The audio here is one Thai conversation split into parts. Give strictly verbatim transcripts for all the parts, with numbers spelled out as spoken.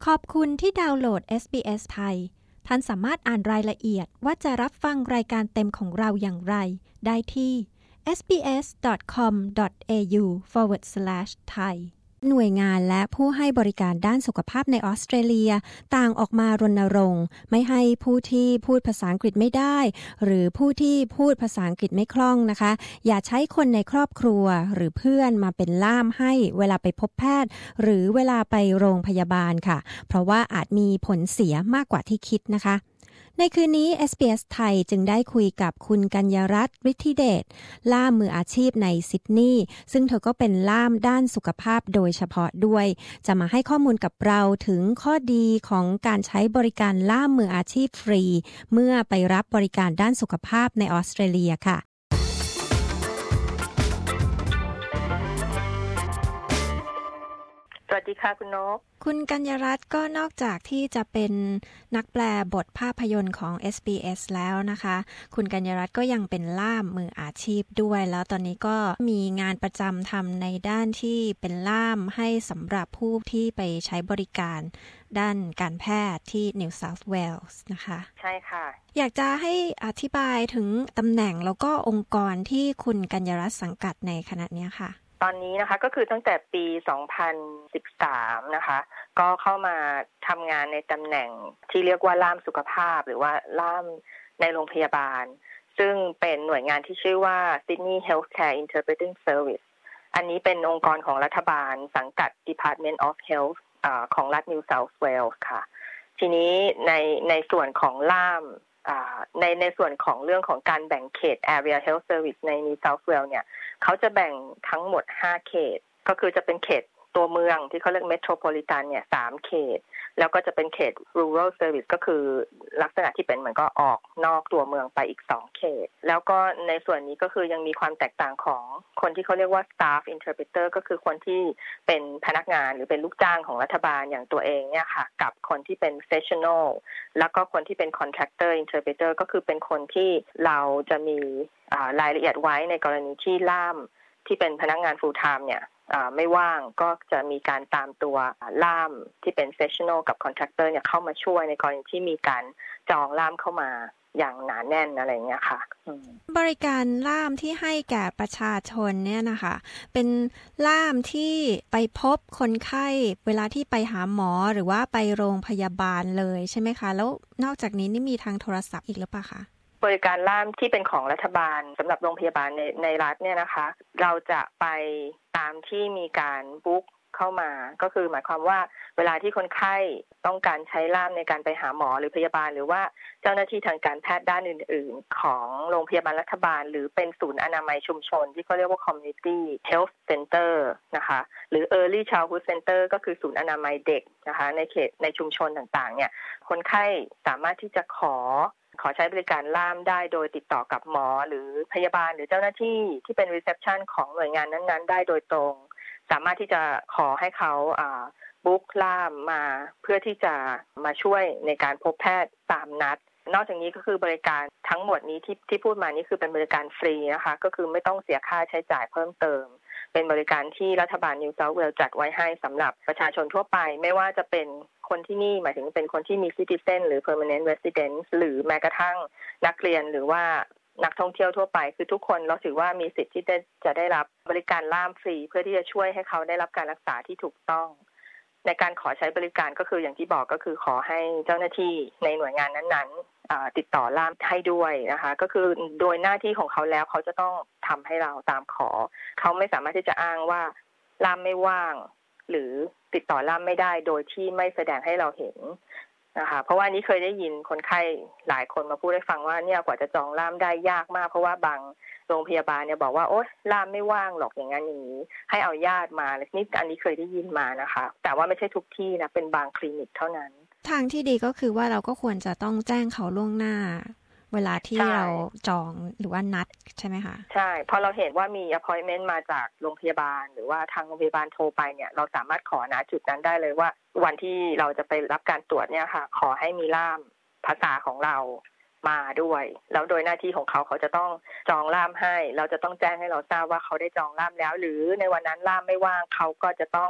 ขอบคุณที่ดาวน์โหลด เอส บี เอส ไทยท่านสามารถอ่านรายละเอียดว่าจะรับฟังรายการเต็มของเราอย่างไรได้ที่ sbs.com.au forward slash thai หน่วยงานและผู้ให้บริการด้านสุขภาพในออสเตรเลียต่างออกมารณรงค์ไม่ให้ผู้ที่พูดภาษาอังกฤษไม่ได้หรือผู้ที่พูดภาษาอังกฤษไม่คล่องนะคะอย่าใช้คนในครอบครัวหรือเพื่อนมาเป็นล่ามให้เวลาไปพบแพทย์หรือเวลาไปโรงพยาบาลค่ะเพราะว่าอาจมีผลเสียมากกว่าที่คิดนะคะในคืนนี้ เอส บี เอส ไทยจึงได้คุยกับคุณกัญญรัตน์ ฤทธิเดชล่ามมืออาชีพในซิดนีย์ซึ่งเธอก็เป็นล่ามด้านสุขภาพโดยเฉพาะด้วยจะมาให้ข้อมูลกับเราถึงข้อดีของการใช้บริการล่ามมืออาชีพฟรีเมื่อไปรับบริการด้านสุขภาพในออสเตรเลียค่ะสวัสดีค่ะคุณนกคุณกัญญรัตน์ก็นอกจากที่จะเป็นนักแปลบทภาพยนตร์ของ เอส บี เอส แล้วนะคะคุณกัญญรัตน์ก็ยังเป็นล่ามมืออาชีพด้วยแล้วตอนนี้ก็มีงานประจำทำในด้านที่เป็นล่ามให้สำหรับผู้ที่ไปใช้บริการด้านการแพทย์ที่ New South Wales นะคะใช่ค่ะอยากจะให้อธิบายถึงตำแหน่งแล้วก็องค์กรที่คุณกัญญรัตน์สังกัดในขณะนี้ค่ะตอนนี้นะคะก็คือตั้งแต่ปีสองพันสิบสามนะคะก็เข้ามาทำงานในตำแหน่งที่เรียกว่าล่ามสุขภาพหรือว่าล่ามในโรงพยาบาลซึ่งเป็นหน่วยงานที่ชื่อว่า Sydney Healthcare Interpreting Service อันนี้เป็นองค์กรของรัฐบาลสังกัด Department of Health อ่าของรัฐ New South Wales ค่ะทีนี้ในในส่วนของล่ามในในส่วนของเรื่องของการแบ่งเขต Area Health Service ใน New South Wales เนี่ยเขาจะแบ่งทั้งหมดห้าเขตก็คือจะเป็นเขตตัวเมืองที่เขาเรียก Metropolitan เนี่ยสามเขตแล้วก็จะเป็นเขต Rural Service ก็คือลักษณะที่เป็นเหมือนก็ออกนอกตัวเมืองไปอีกสองเขตแล้วก็ในส่วนนี้ก็คือยังมีความแตกต่างของคนที่เขาเรียกว่า Staff Interpreter ก็คือคนที่เป็นพนักงานหรือเป็นลูกจ้างของรัฐบาลอย่างตัวเองเนี่ยค่ะกับคนที่เป็น Professional แล้วก็คนที่เป็น Contractor Interpreter ก็คือเป็นคนที่เราจะมีรายละเอียดไว้ในกรณีที่ล่ามที่เป็นพนักงาน full time เนี่ยไม่ว่างก็จะมีการตามตัวล่ามที่เป็น professional กับ contractor เนี่ยเข้ามาช่วยในกรณีที่มีการจองล่ามเข้ามาอย่างหนาแน่นอะไรเงี้ยค่ะบริการล่ามที่ให้แก่ประชาชนเนี่ยนะคะเป็นล่ามที่ไปพบคนไข้เวลาที่ไปหาหมอหรือว่าไปโรงพยาบาลเลยใช่ไหมคะแล้วนอกจากนี้นี่มีทางโทรศัพท์อีกหรือเปล่าคะบริการล่ามที่เป็นของรัฐบาลสำหรับโรงพยาบาลในในรัฐเนี่ยนะคะเราจะไปตามที่มีการบุ๊กเข้ามาก็คือหมายความว่าเวลาที่คนไข้ต้องการใช้ล่ามในการไปหาหมอหรือพยาบาลหรือว่าเจ้าหน้าที่ทางการแพทย์ด้านอื่นๆของโรงพยาบาลรัฐบาลหรือเป็นศูนย์อนามัยชุมชนที่เขาเรียกว่า Community Health Center นะคะหรือ Early Childhood Center ก็คือศูนย์อนามัยเด็กนะคะในเขตในชุมชนต่างๆเนี่ยคนไข้สามารถที่จะขอขอใช้บริการล่ามได้โดยติดต่อกับหมอหรือพยาบาลหรือเจ้าหน้าที่ที่เป็น reception ของหน่วยงานนั้นๆได้โดยตรงสามารถที่จะขอให้เขาอ่าบุ๊กล่ามมาเพื่อที่จะมาช่วยในการพบแพทย์ตามนัดนอกจากนี้ก็คือบริการทั้งหมดนี้ที่ที่พูดมานี่คือเป็นบริการฟรีนะคะก็คือไม่ต้องเสียค่าใช้จ่ายเพิ่มเติมเป็นบริการที่รัฐบาล New South Wales จัดไว้ให้สำหรับประชาชนทั่วไปไม่ว่าจะเป็นคนที่นี่หมายถึงเป็นคนที่มี citizen หรือ permanent resident หรือแม้กระทั่งนักเรียนหรือว่านักท่องเที่ยวทั่วไปคือทุกคนเราถือว่ามีสิทธิ์ที่จะได้รับบริการล่ามฟรีเพื่อที่จะช่วยให้เขาได้รับการรักษาที่ถูกต้องในการขอใช้บริการก็คืออย่างที่บอกก็คือขอให้เจ้าหน้าที่ในหน่วยงานนั้นๆติดต่อล่ามให้ด้วยนะคะก็คือโดยหน้าที่ของเขาแล้วเขาจะต้องทำให้เราตามขอเขาไม่สามารถที่จะอ้างว่าล่ามไม่ว่างหรือติดต่อล่ามไม่ได้โดยที่ไม่แสดงให้เราเห็นนะคะเพราะว่านี้เคยได้ยินคนไข้หลายคนมาพูดให้ฟังว่าเนี่ยกว่าจะจองล่ามได้ยากมากเพราะว่าบางโรงพยาบาลเนี่ยบอกว่าโอ๊ยล่ามไม่ว่างหรอกอย่างนั้นอย่างนี้ให้เอาญาติมานี่อันนี้เคยได้ยินมานะคะแต่ว่าไม่ใช่ทุกที่นะเป็นบางคลินิกเท่านั้นทางที่ดีก็คือว่าเราก็ควรจะต้องแจ้งเขาล่วงหน้าเวลาที่เราจองหรือว่านัดใช่ไหมคะใช่พอเราเห็นว่ามี appointment มาจากโรงพยาบาลหรือว่าทางโรงพยาบาลโทรไปเนี่ยเราสามารถขอณจุดนั้นได้เลยว่าวันที่เราจะไปรับการตรวจเนี่ยค่ะขอให้มีล่ามภาษาของเรามาด้วยแล้วโดยหน้าที่ของเขาเขาจะต้องจองล่ามให้เราจะต้องแจ้งให้เราทราบว่าเขาได้จองล่ามแล้วหรือในวันนั้นล่ามไม่ว่างเขาก็จะต้อง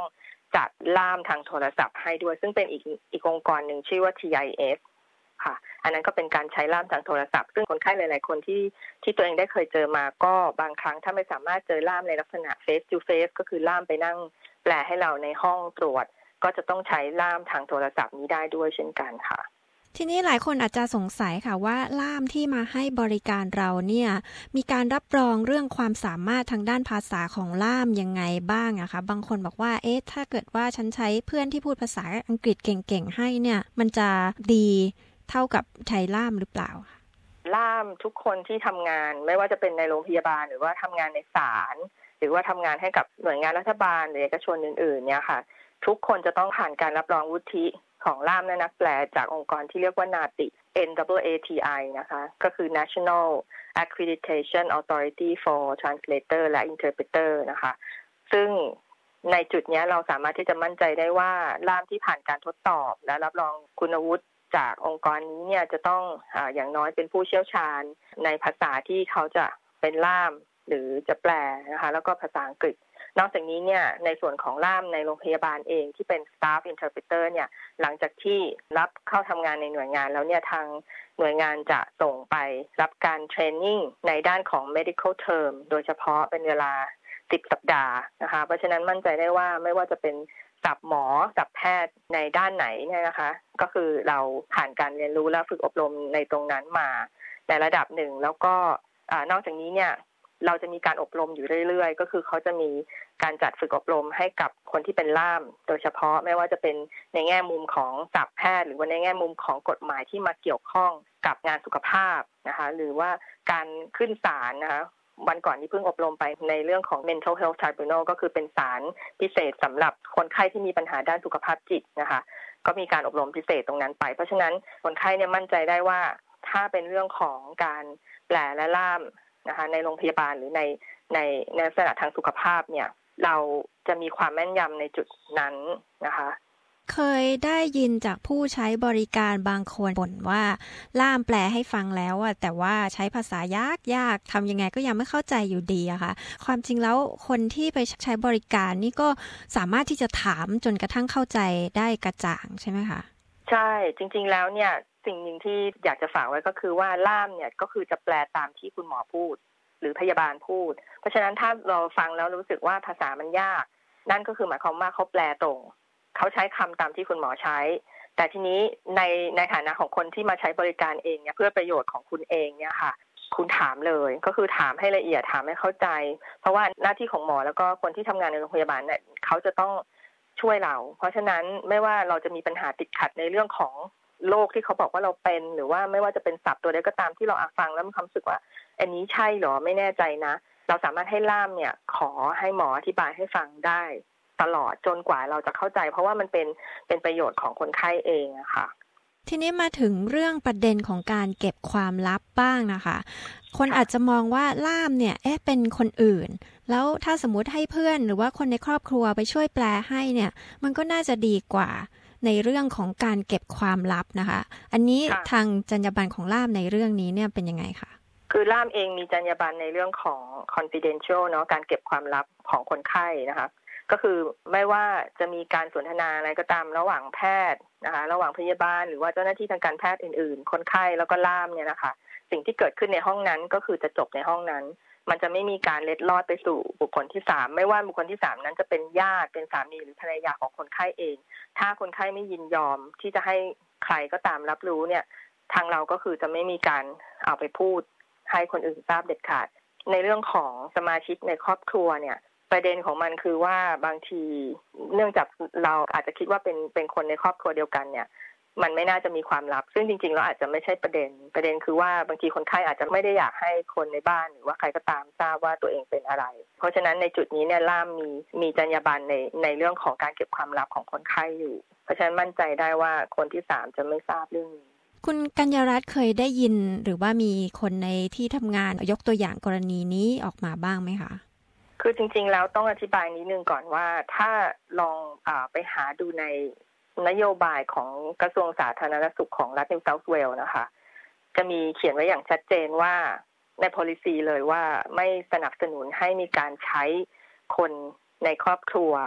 จัดล่ามทางโทรศัพท์ให้ด้วยซึ่งเป็นอีกอีกองค์กรหนึ่งชื่อว่า ที ไอ เอฟ ค่ะอันนั้นก็เป็นการใช้ล่ามทางโทรศัพท์ซึ่งคนไข้หลายๆคนที่ที่ตัวเองได้เคยเจอมาก็บางครั้งถ้าไม่สามารถเจอล่ามในลักษณะ face to face ก็คือล่ามไปนั่งแปลให้เราในห้องตรวจก็จะต้องใช้ล่ามทางโทรศัพท์นี้ได้ด้วยเช่นกันค่ะทีนี้หลายคนอาจจะสงสัยค่ะว่าล่ามที่มาให้บริการเราเนี่ยมีการรับรองเรื่องความสามารถทางด้านภาษาของล่ามยังไงบ้างอะคะบางคนบอกว่าเอ๊ะถ้าเกิดว่าฉันใช้เพื่อนที่พูดภาษาอังกฤษเก่งๆให้เนี่ยมันจะดีเท่ากับใช้ล่ามหรือเปล่าล่ามทุกคนที่ทำงานไม่ว่าจะเป็นในโรงพยาบาลหรือว่าทำงานในศาลหรือว่าทำงานให้กับหน่วยงานรัฐบาลหรือเอกชนอื่นๆเนี่ยค่ะทุกคนจะต้องผ่านการรับรองวุฒิของล่ามและนักแปลจากองค์กรที่เรียกว่า นาติ เอ็น ดับเบิลยู เอ ที ไอ นะคะก็คือ National Accreditation Authority for Translator และ Interpreter นะคะซึ่งในจุดนี้เราสามารถที่จะมั่นใจได้ว่าล่ามที่ผ่านการทดสอบและรับรองคุณวุฒิจากองค์กรนี้เนี่ยจะต้องอ่าอย่างน้อยเป็นผู้เชี่ยวชาญในภาษาที่เขาจะเป็นล่ามหรือจะแปลนะคะแล้วก็ภาษาอังกฤษนอกจากนี้เนี่ยในส่วนของล่ามในโรงพยาบาลเองที่เป็น staff interpreter เนี่ยหลังจากที่รับเข้าทำงานในหน่วยงานแล้วเนี่ยทางหน่วยงานจะส่งไปรับการเทรนนิ่งในด้านของ medical term โดยเฉพาะเป็นเวลาสิบสัปดาห์นะคะเพราะฉะนั้นมั่นใจได้ว่าไม่ว่าจะเป็นศัพท์หมอศัพท์แพทย์ในด้านไหนเนี่ยนะคะก็คือเราผ่านการเรียนรู้และฝึกอบรมในตรงนั้นมาในระดับหนึ่งแล้วก็นอกจากนี้เนี่ยเราจะมีการอบรมอยู่เรื่อยๆก็คือเขาจะมีการจัดฝึกอบรมให้กับคนที่เป็นล่ามโดยเฉพาะไม่ว่าจะเป็นในแง่มุมของศัพท์แพทย์หรือว่าในแง่มุมของกฎหมายที่มาเกี่ยวข้องกับงานสุขภาพนะคะหรือว่าการขึ้นศาลนะคะวันก่อนที่เพิ่งอบรมไปในเรื่องของ mental health tribunal ก็คือเป็นศาลพิเศษสำหรับคนไข้ที่มีปัญหาด้านสุขภาพจิตนะคะก็มีการอบรมพิเศษตรงนั้นไปเพราะฉะนั้นคนไข้เนี่ยมั่นใจได้ว่าถ้าเป็นเรื่องของการแปลและล่ามนะคะในโรงพยาบาลหรือในในในลักษณะทางสุขภาพเนี่ยเราจะมีความแม่นยำในจุดนั้นนะคะเคยได้ยินจากผู้ใช้บริการบางคนบ่นว่าล่ามแปลให้ฟังแล้วอะแต่ว่าใช้ภาษายากยากทำยังไงก็ยังไม่เข้าใจอยู่ดีอะค่ะความจริงแล้วคนที่ไปใช้บริการนี่ก็สามารถที่จะถามจนกระทั่งเข้าใจได้กระจ่างใช่ไหมคะใช่จริงๆแล้วเนี่ยสิ่งหนึ่งที่อยากจะฝากไว้ก็คือว่าล่ามเนี่ยก็คือจะแปลตามที่คุณหมอพูดหรือพยาบาลพูดเพราะฉะนั้นถ้าเราฟังแล้วรู้สึกว่าภาษามันยากนั่นก็คือหมายความว่าเขาแปลตรงเขาใช้คำตามที่คุณหมอใช้แต่ทีนี้ในในฐานะของคนที่มาใช้บริการเองเนี่ยเพื่อประโยชน์ของคุณเองเนี่ยค่ะคุณถามเลยก็คือถามให้ละเอียดถามให้เข้าใจเพราะว่าหน้าที่ของหมอแล้วก็คนที่ทำงานในโรงพยาบาลเนี่ยเขาจะต้องช่วยเราเพราะฉะนั้นไม่ว่าเราจะมีปัญหาติดขัดในเรื่องของโรคที่เขาบอกว่าเราเป็นหรือว่าไม่ว่าจะเป็นศัพท์ตัวใดก็ตามที่เราอ่านฟังแล้วมีความรู้สึกว่าอันนี้ใช่หรอไม่แน่ใจนะเราสามารถให้ล่ามเนี่ยขอให้หมออธิบายให้ฟังได้ตลอดจนกว่าเราจะเข้าใจเพราะว่ามันเป็นเป็นประโยชน์ของคนไข้เองอะค่ะทีนี้มาถึงเรื่องประเด็นของการเก็บความลับบ้างนะคะคนอาจจะมองว่าล่ามเนี่ยเอ๊ะเป็นคนอื่นแล้วถ้าสมมุติให้เพื่อนหรือว่าคนในครอบครัวไปช่วยแปลให้เนี่ยมันก็น่าจะดีกว่าในเรื่องของการเก็บความลับนะคะอันนี้ทางจรรยาบรรณของล่ามในเรื่องนี้เนี่ยเป็นยังไงคะคือล่ามเองมีจรรยาบรรณในเรื่องของ confidential เนาะการเก็บความลับของคนไข้นะคะก็คือไม่ว่าจะมีการสนทนาอะไรก็ตามระหว่างแพทย์นะคะระหว่างพยาบาลหรือว่าเจ้าหน้าที่ทางการแพทย์อื่นๆคนไข้แล้วก็ล่ามเนี่ยนะคะสิ่งที่เกิดขึ้นในห้องนั้นก็คือจะจบในห้องนั้นมันจะไม่มีการเล็ดลอดไปสู่บุคคลที่สามไม่ว่าบุคคลที่สามนั้นจะเป็นญาติเป็นสามีหรือภรรยาของคนไข้เองถ้าคนไข้ไม่ยินยอมที่จะให้ใครก็ตามรับรู้เนี่ยทางเราก็คือจะไม่มีการเอาไปพูดให้คนอื่นทราบเด็ดขาดในเรื่องของสมาชิกในครอบครัวเนี่ยประเด็นของมันคือว่าบางทีเนื่องจากเราอาจจะคิดว่าเป็นเป็นคนในครอบครัวเดียวกันเนี่ยมันไม่น่าจะมีความลับซึ่งจริงๆแล้วอาจจะไม่ใช่ประเด็นประเด็นคือว่าบางทีคนไข้อาจจะไม่ได้อยากให้คนในบ้านหรือว่าใครก็ตามทราบว่าตัวเองเป็นอะไรเพราะฉะนั้นในจุดนี้เนี่ยล่ามมีมีจรรยาบรรณในในเรื่องของการเก็บความลับของคนไข้อยู่เพราะฉะนั้นมั่นใจได้ว่าคนที่สามจะไม่ทราบเรื่องนี้คุณกัญญารัตน์เคยได้ยินหรือว่ามีคนในที่ทำงานยกตัวอย่างกรณีนี้ออกมาบ้างไหมคะคือจริงๆแล้วต้องอธิบายนิดนึงก่อนว่าถ้าลองอ่าไปหาดูในนโยบายของกระทรวงสาธารณสุขของรัฐนิวเซาท์เวลส์นะคะจะมีเขียนไว้อย่างชัดเจนว่าใน policy เลยว่าไม่สนับสนุนให้มีการใช้คนในครอบครัว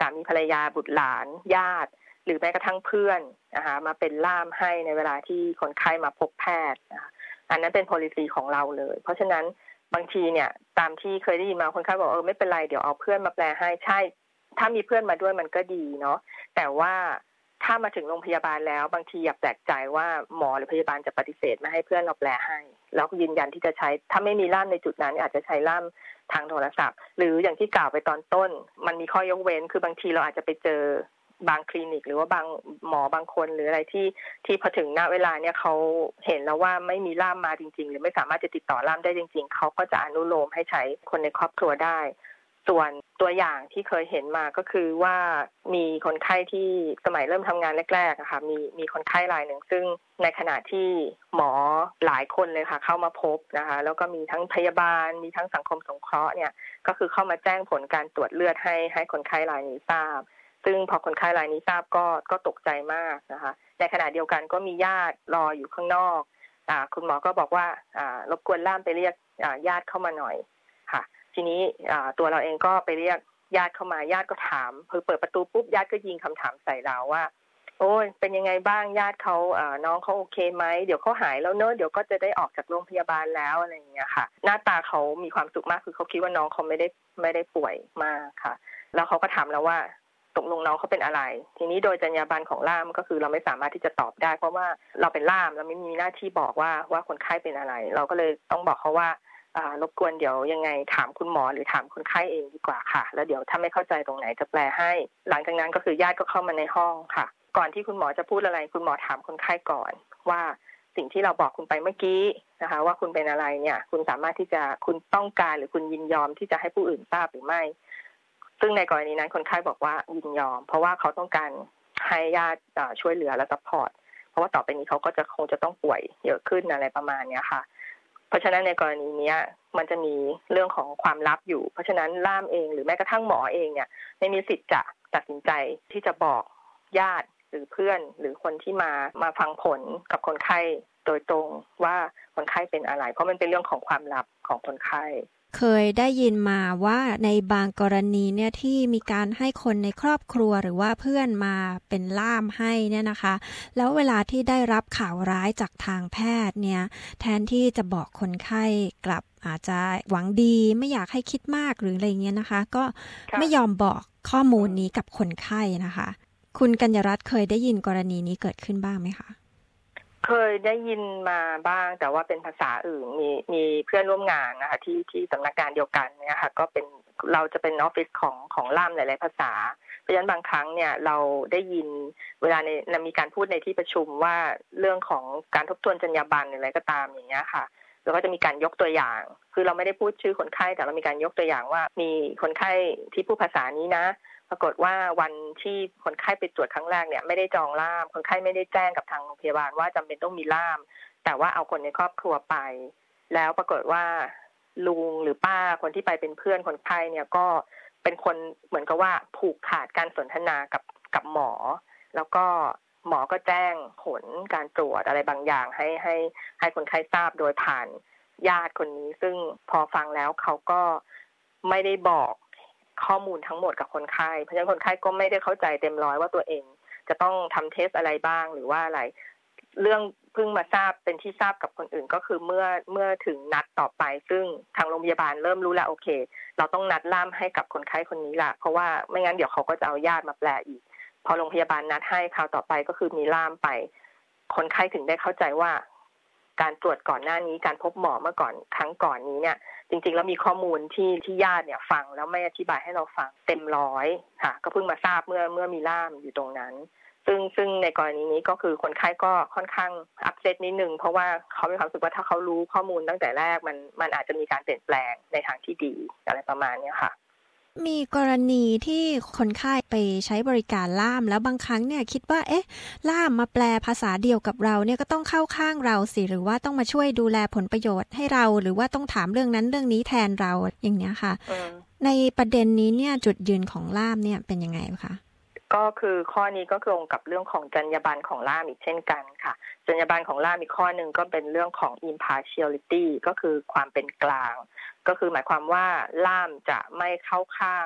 ามีภรรยาบุตรหลานญาติหรือแม้กระทั่งเพื่อนนะคะมาเป็นล่ามให้ในเวลาที่คนไข้มาพบแพทย์นะคะอันนั้นเป็น policy ของเราเลยเพราะฉะนั้นบางทีเนี่ยตามที่เคยได้ยินมาคนไข้บอกเออไม่เป็นไรเดี๋ยวเอาเพื่อนมาแปลให้ใช่ถ้ามีเพื่อนมาด้วยมันก็ดีเนาะแต่ว่าถ้ามาถึงโรงพยาบาลแล้วบางทีอย่าแปลกใจว่าหมอหรือพยาบาลจะปฏิเสธไม่ให้เพื่อนเราแปลให้แล้วยืนยันที่จะใช้ถ้าไม่มีล่ามในจุดนั้นอาจจะใช้ล่ามทางโทรศัพท์หรืออย่างที่กล่าวไปตอนต้นมันมีข้อยกเว้นคือบางทีเราอาจจะไปเจอบางคลินิกหรือว่าบางหมอบางคนหรืออะไรที่ที่พอถึงณเวลาเนี่ยเขาเห็นแล้วว่าไม่มีล่ามมาจริงๆหรือไม่สามารถจะติดต่อล่ามได้จริงๆเขาก็จะอนุโลมให้ใช้คนในครอบครัวได้ส่วนตัวอย่างที่เคยเห็นมาก็คือว่ามีคนไข้ที่สมัยเริ่มทำงานแรกๆนะคะมีมีคนไข้รายหนึ่งซึ่งในขณะที่หมอหลายคนเลยค่ะเข้ามาพบนะคะแล้วก็มีทั้งพยาบาลมีทั้งสังคมสงเคราะห์เนี่ยก็คือเข้ามาแจ้งผลการตรวจเลือดให้ให้คนไข้รายนี้ทราบซึ่งพอคนไข้รายนี้ทราบก็ก็ตกใจมากนะคะในขณะเดียวกันก็มีญาติรออยู่ข้างนอกอ่าคุณหมอก็บอกว่าอ่ารบกวนล่ามไปเรียกอ่าญาติเข้ามาหน่อยค่ะทีนี้ตัวเราเองก็ไปเรียกญาติเข้ามาญาติก็ถามพอเปิดประตูปุ๊บญาติก็ยิงคำถามใส่เราว่าโอ้ยเป็นยังไงบ้างญาติเขาน้องเขาโอเคไหมเดี๋ยวเขาหายแล้วเนอะเดี๋ยวก็จะได้ออกจากโรงพยาบาลแล้วอะไรอย่างเงี้ยค่ะหน้าตาเขามีความสุขมากคือเขาคิดว่าน้องเขาไม่ได้ไม่ได้ป่วยมากค่ะแล้วเขาก็ถามเราว่าตกลงน้องเขาเป็นอะไรทีนี้โดยจรรยาบรรณของล่ามก็คือเราไม่สามารถที่จะตอบได้เพราะว่าเราเป็นล่ามเราไม่มีหน้าที่บอกว่าว่าคนไข้เป็นอะไรเราก็เลยต้องบอกเขาว่าอ่ารบกวนเดี๋ยวยังไงถามคุณหมอหรือถามคนไข้เองดีกว่าค่ะแล้วเดี๋ยวถ้าไม่เข้าใจตรงไหนจะแปลให้หลังจากนั้นก็คือญาติก็เข้ามาในห้องค่ะก่อนที่คุณหมอจะพูดอะไรคุณหมอถามคนไข้ก่อนว่าสิ่งที่เราบอกคุณไปเมื่อกี้นะคะว่าคุณเป็นอะไรเนี่ยคุณสามารถที่จะคุณต้องการหรือคุณยินยอมที่จะให้ผู้อื่นทราบหรือไม่ซึ่งในกรณีนั้นคนไข้บอกว่ายินยอมเพราะว่าเขาต้องการให้ญาติช่วยเหลือและซัพพอร์ตเพราะว่าต่อไปนี้เขาก็จะคงจะต้องป่วยเยอะขึ้นอะไรประมาณนี้ค่ะเพราะฉะนั้นในกรณีนี้มันจะมีเรื่องของความลับอยู่เพราะฉะนั้นล่ามเองหรือแม้กระทั่งหมอเองเนี่ยไม่มีสิทธิ์จะตัดสินใจที่จะบอกญาติหรือเพื่อนหรือคนที่มามาฟังผลกับคนไข้โดยตรงว่าคนไข้เป็นอะไรเพราะมันเป็นเรื่องของความลับของคนไข้เคยได้ยินมาว่าในบางกรณีเนี่ยที่มีการให้คนในครอบครัวหรือว่าเพื่อนมาเป็นล่ามให้เนี่ยนะคะแล้วเวลาที่ได้รับข่าวร้ายจากทางแพทย์เนี่ยแทนที่จะบอกคนไข้กลับอาจจะหวังดีไม่อยากให้คิดมากหรืออะไรเงี้ยนะคะก็ไม่ยอมบอกข้อมูลนี้กับคนไข้นะคะคุณกัญญรัตน์เคยได้ยินกรณีนี้เกิดขึ้นบ้างไหมคะเคยได้ยินมาบ้างแต่ว่าเป็นภาษาอื่นมีมีเพื่อนร่วมงานนะคะที่ที่สำนักงานเดียวกันเนี่ยค่ะก็เป็นเราจะเป็นออฟฟิศของของล่ามหลายๆภาษาเพราะฉะนั้นบางครั้งเนี่ยเราได้ยินเวลาในมีการพูดในที่ประชุมว่าเรื่องของการทบทวนจรรยาบรรณหรืออะไรก็ตามอย่างเงี้ยค่ะแล้วก็จะมีการยกตัวอย่างคือเราไม่ได้พูดชื่อคนไข้แต่เรามีการยกตัวอย่างว่ามีคนไข้ที่พูดภาษานี้นะปรากฏว่าวันที่คนไข้ไปตรวจครั้งแรกเนี่ยไม่ได้จองล่ามคนไข้ไม่ได้แจ้งกับทางโรงพยาบาลว่าจำเป็นต้องมีล่ามแต่ว่าเอาคนในครอบครัวไปแล้วปรากฏว่าลุงหรือป้าคนที่ไปเป็นเพื่อนคนไข้เนี่ยก็เป็นคนเหมือนกับว่าผูกขาดการสนทนากับกับหมอแล้วก็หมอก็แจ้งผลการตรวจอะไรบางอย่างให้ให้ให้คนไข้ทราบโดยผ่านญาติคนนี้ซึ่งพอฟังแล้วเขาก็ไม่ได้บอกข้อมูลทั้งหมดกับคนไข้เพราะฉะนั้นคนไข้ก็ไม่ได้เข้าใจเต็มร้อยว่าตัวเองจะต้องทำเทสอะไรบ้างหรือว่าอะไรเรื่องเพิ่งมาทราบเป็นที่ทราบกับคนอื่นก็คือเมื่อเมื่อถึงนัดต่อไปซึ่งทางโรงพยาบาลเริ่มรู้แล้วโอเคเราต้องนัดล่ามให้กับคนไข้คนนี้ละเพราะว่าไม่งั้นเดี๋ยวเขาก็จะเอาญาติมาแปลอีกพอโรงพยาบาลนัดให้คราวต่อไปก็คือมีล่ามไปคนไข้ถึงได้เข้าใจว่าการตรวจก่อนหน้านี้การพบหมอเมื่อก่อนครั้งก่อนนี้เนี่ยจริงๆแล้วมีข้อมูลที่ที่ญาติเนี่ยฟังแล้วไม่อธิบายให้เราฟังเต็มร้อยค่ะก็เพิ่งมาทราบเมื่อเมื่อมีล่ามอยู่ตรงนั้นซึ่งซึ่งในกรณีนี้ก็คือคนไข้ก็ค่อนข้างอัพเซตนิดนึงเพราะว่าเขามีความรู้สึกว่าถ้าเขารู้ข้อมูลตั้งแต่แรกมันมันอาจจะมีการเปลี่ยนแปลงในทางที่ดีอะไรประมาณนี้ค่ะมีกรณีที่คนไข้ไปใช้บริการล่ามแล้วบางครั้งเนี่ยคิดว่าเอ๊ะล่ามมาแปลภาษาเดียวกับเราเนี่ยก็ต้องเข้าข้างเราสิหรือว่าต้องมาช่วยดูแลผลประโยชน์ให้เราหรือว่าต้องถามเรื่องนั้นเรื่องนี้แทนเราอย่างเนี้ยค่ะในประเด็นนี้เนี่ยจุดยืนของล่ามเนี่ยเป็นยังไงคะก็คือข้อนี้ก็ตรงกับเรื่องของจรรยาบรรณของล่ามอีกเช่นกันค่ะจรรยาบรรณของล่ามอีกข้อหนึ่งก็เป็นเรื่องของ impartiality ก็คือความเป็นกลางก็คือหมายความว่าล่ามจะไม่เข้าข้าง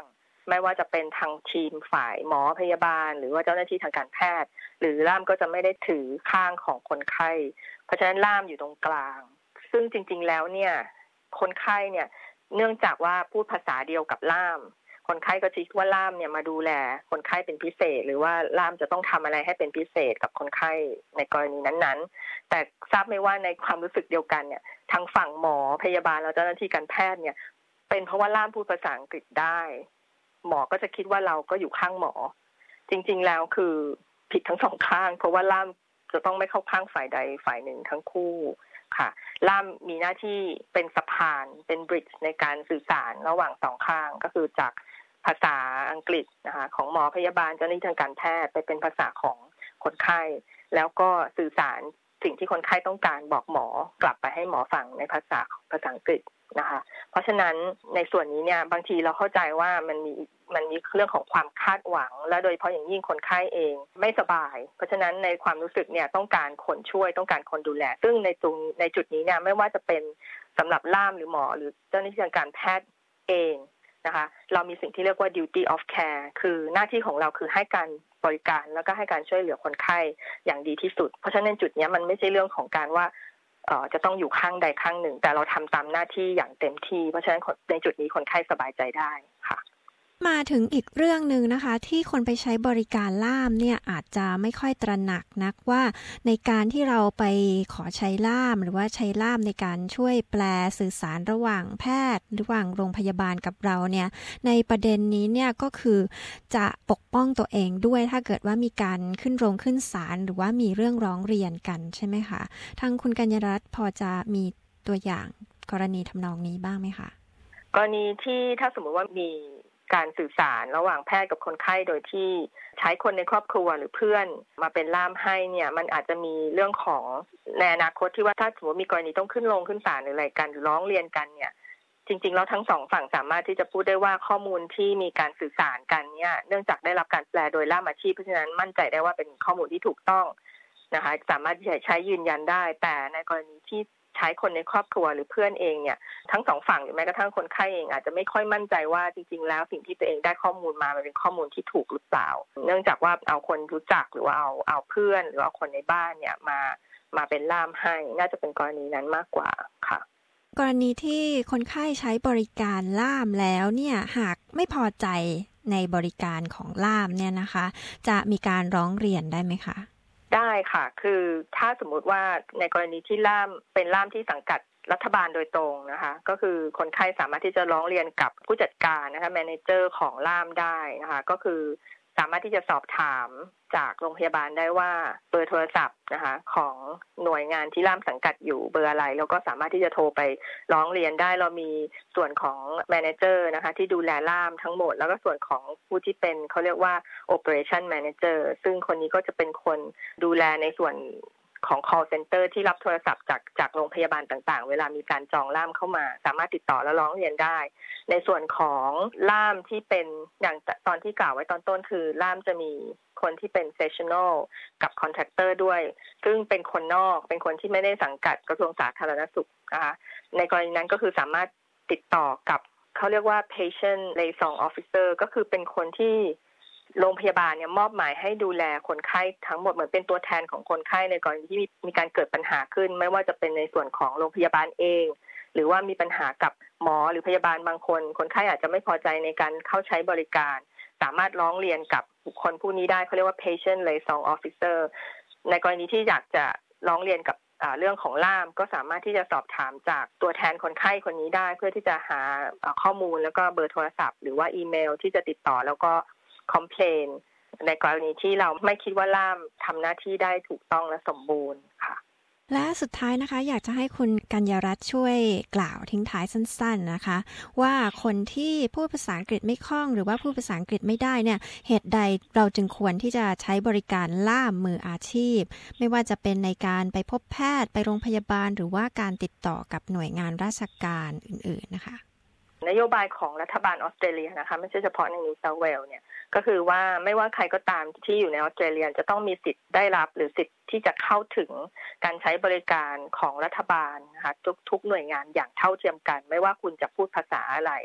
ไม่ว่าจะเป็นทางทีมฝ่ายหมอพยาบาลหรือว่าเจ้าหน้าที่ทางการแพทย์หรือล่ามก็จะไม่ได้ถือข้างของคนไข้เพราะฉะนั้นล่ามอยู่ตรงกลางซึ่งจริงๆแล้วเนี่ยคนไข้เนี่ยเนื่องจากว่าพูดภาษาเดียวกับล่ามคนไข้ก็คิดว่าล่ามเนี่ยมาดูแลคนไข้เป็นพิเศษหรือว่าล่ามจะต้องทำอะไรให้เป็นพิเศษกับคนไข้ในกรณีนั้นๆแต่ทราบไหมว่าในความรู้สึกเดียวกันเนี่ยทางฝั่งหมอพยาบาลและเจ้าหน้าที่การแพทย์เนี่ยเป็นเพราะว่าล่ามพูดภาษาอังกฤษได้หมอก็จะคิดว่าเราก็อยู่ข้างหมอจริงๆแล้วคือผิดทั้งสองข้างเพราะว่าล่ามจะต้องไม่เข้าข้างฝ่ายใดฝ่ายหนึ่งทั้งคู่ค่ะล่ามมีหน้าที่เป็นสะพานเป็นบริดจ์ในการสื่อสารระหว่างสองข้างก็คือจากภาษาอังกฤษนะคะของหมอพยาบาลเจ้าหน้าที่ทางการแพทย์ไปเป็นภาษาของคนไข้แล้วก็สื่อสารสิ่งที่คนไข้ต้องการบอกหมอกลับไปให้หมอฟังในภาษาภาษาอังกฤษนะคะเพราะฉะนั้นในส่วนนี้เนี่ยบางทีเราเข้าใจว่ามันมีมันมีเรื่องของความคาดหวังและโดยเฉพาะอย่างยิ่งคนไข้เองไม่สบายเพราะฉะนั้นในความรู้สึกเนี่ยต้องการคนช่วยต้องการคนดูแลซึ่งในตรงในจุดนี้เนี่ยไม่ว่าจะเป็นสำหรับล่ามหรือหมอหรือเจ้าหน้าที่ทางการแพทย์เองนะคะเรามีสิ่งที่เรียกว่า duty of care คือหน้าที่ของเราคือให้การบริการแล้วก็ให้การช่วยเหลือคนไข้อย่างดีที่สุดเพราะฉะนั้นจุดนี้มันไม่ใช่เรื่องของการว่าเอ่อจะต้องอยู่ข้างใดข้างหนึ่งแต่เราทำตามหน้าที่อย่างเต็มที่เพราะฉะนั้นในจุดนี้คนไข้สบายใจได้ค่ะมาถึงอีกเรื่องหนึ่งนะคะที่คนไปใช้บริการล่ามเนี่ยอาจจะไม่ค่อยตระหนักนักว่าในการที่เราไปขอใช้ล่ามหรือว่าใช้ล่ามในการช่วยแปลสื่อสารระหว่างแพทย์ระหว่างโรงพยาบาลกับเราเนี่ยในประเด็นนี้เนี่ยก็คือจะปกป้องตัวเองด้วยถ้าเกิดว่ามีการขึ้นโรงขึ้นศาลหรือว่ามีเรื่องร้องเรียนกันใช่ไหมคะทางคุณกัญญรัตน์พอจะมีตัวอย่างกรณีทำนองนี้บ้างไหมคะกรณีที่ถ้าสมมติว่ามีการสื่อสารระหว่างแพทย์กับคนไข้โดยที่ใช้คนในครอบครัวหรือเพื่อนมาเป็นล่ามให้เนี่ยมันอาจจะมีเรื่องของในอนาคตที่ว่าถ้าสมมติมีกรณีต้องขึ้นลงขึ้นศาลหรืออะไรกันหรือร้องเรียนกันเนี่ยจริงๆแล้วทั้งสองฝั่งสามารถที่จะพูดได้ว่าข้อมูลที่มีการสื่อสารกันเนี่ยเนื่องจากได้รับการแปลโดยล่ามอาชีพเพราะฉะนั้นมั่นใจได้ว่าเป็นข้อมูลที่ถูกต้องนะคะสามารถที่จะใช้ยืนยันได้แต่ในกรณีที่ใช้คนในครอบครัวหรือเพื่อนเองเนี่ยทั้งสองฝั่งหรือแม้กระทั่งคนไข้เองอาจจะไม่ค่อยมั่นใจว่าจริงๆแล้วสิ่งที่ตัวเองได้ข้อมูลมามันเป็นข้อมูลที่ถูกหรือเปล่าเนื่องจากว่าเอาคนรู้จักหรือว่าเอาเอาเพื่อนหรือเอาคนในบ้านเนี่ยมามาเป็นล่ามให้น่าจะเป็นกรณีนั้นมากกว่าค่ะกรณีที่คนไข้ใช้บริการล่ามแล้วเนี่ยหากไม่พอใจในบริการของล่ามเนี่ยนะคะจะมีการร้องเรียนได้ไหมคะได้ค่ะคือถ้าสมมุติว่าในกรณีที่ล่ามเป็นล่ามที่สังกัดรัฐบาลโดยตรงนะคะก็คือคนไข้สามารถที่จะร้องเรียนกับผู้จัดการนะคะแมเนเจอร์ของล่ามได้นะคะก็คือสามารถที่จะสอบถามจากโรงพยาบาลได้ว่าเบอร์โทรศัพท์นะคะของหน่วยงานที่ล่ามสังกัดอยู่เบอร์อะไรแล้วก็สามารถที่จะโทรไปร้องเรียนได้เรามีส่วนของแมเนเจอร์นะคะที่ดูแลล่ามทั้งหมดแล้วก็ส่วนของผู้ที่เป็นเขาเรียกว่า Operation Manager ซึ่งคนนี้ก็จะเป็นคนดูแลในส่วนของ call center ที่รับโทรศัพท์จากจากโรงพยาบาลต่างๆเวลามีการจองล่ามเข้ามาสามารถติดต่อและร้องเรียนได้ในส่วนของล่ามที่เป็นอย่างตอนที่กล่าวไว้ตอนต้นคือล่ามจะมีคนที่เป็น sessional กับ contractor ด้วยซึ่งเป็นคนนอกเป็นคนที่ไม่ได้สังกัดกระทรวงสาธารณสุขนะคะในกรณีนั้นก็คือสามารถติดต่อกับเขาเรียกว่า patient liaison officer ก็คือเป็นคนที่โรงพยาบาลเนี่ยมอบหมายให้ดูแลคนไข้ทั้งหมดเหมือนเป็นตัวแทนของคนไข้ในกรณีที่มีการเกิดปัญหาขึ้นไม่ว่าจะเป็นในส่วนของโรงพยาบาลเองหรือว่ามีปัญหากับหมอหรือพยาบาลบางคนคนไข้อาจจะไม่พอใจในการเข้าใช้บริการสามารถร้องเรียนกับบุคคลผู้นี้ได้เขาเรียกว่า patient liaison officer ในกรณีที่อยากจะร้องเรียนกับเรื่องของล่ามก็สามารถที่จะสอบถามจากตัวแทนคนไข้คนนี้ได้เพื่อที่จะหาข้อมูลแล้วก็เบอร์โทรศัพท์หรือว่าอีเมลที่จะติดต่อแล้วก็คอมเพลนในกรณีที่เราไม่คิดว่าล่ามทำหน้าที่ได้ถูกต้องและสมบูรณ์ค่ะและสุดท้ายนะคะอยากจะให้คุณกัญญรัตน์ช่วยกล่าวทิ้งท้ายสั้นๆนะคะว่าคนที่พูดภาษาอังกฤษไม่คล่องหรือว่าพูดภาษาอังกฤษไม่ได้เนี่ยเหตุใดเราจึงควรที่จะใช้บริการล่ามมืออาชีพไม่ว่าจะเป็นในการไปพบแพทย์ไปโรงพยาบาลหรือว่าการติดต่อกับหน่วยงานราชการอื่นๆนะคะนโยบายของรัฐบาลออสเตรเลียนะคะไม่ใช่เฉพาะในนิวเซาท์เวลส์เนี่ยก็คือว่าไม่ว่าใครก็ตามที่อยู่ในออสเตรเลียจะต้องมีสิทธิ์ได้รับหรือสิทธิ์ที่จะเข้าถึงการใช้บริการของรัฐบาลนะคะทุกๆหน่วยงานอย่างเท่าเทียมกันไม่ว่าคุณจะพูดภาษาอะไรเพ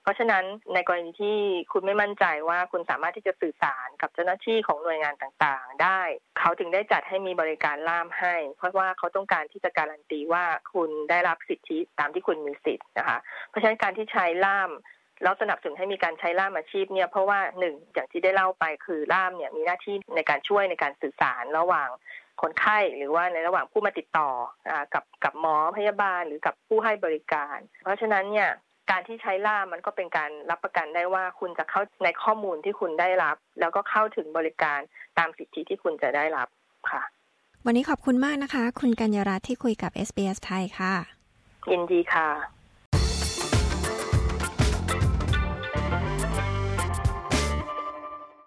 เพราะฉะนั้นในกรณีที่คุณไม่มั่นใจว่าคุณสามารถที่จะสื่อสารกับเจ้าหน้าที่ของหน่วยงานต่างๆได้เขาถึงได้จัดให้มีบริการล่ามให้เพราะว่าเขาต้องการที่จะการันตีว่าคุณได้รับสิทธิตามที่คุณมีสิทธิ์นะคะเพราะฉะนั้นการที่ใช้ล่ามแล้วสนับสนุนให้มีการใช้ล่ามอาชีพเนี่ยเพราะว่าหนึ่งอย่างที่ได้เล่าไปคือล่ามเนี่ยมีหน้าที่ในการช่วยในการสื่อสารระหว่างคนไข้หรือว่าในระหว่างผู้มาติดต่อกับกับหมอพยาบาลหรือกับผู้ให้บริการเพราะฉะนั้นเนี่ยการที่ใช้ล่ามมันก็เป็นการรับประกันได้ว่าคุณจะเข้าในข้อมูลที่คุณได้รับแล้วก็เข้าถึงบริการตามสิทธิที่คุณจะได้รับค่ะวันนี้ขอบคุณมากนะคะคุณกัญญารัตน์ที่คุยกับ เอส บี เอส ไทยค่ะยินดีค่ะ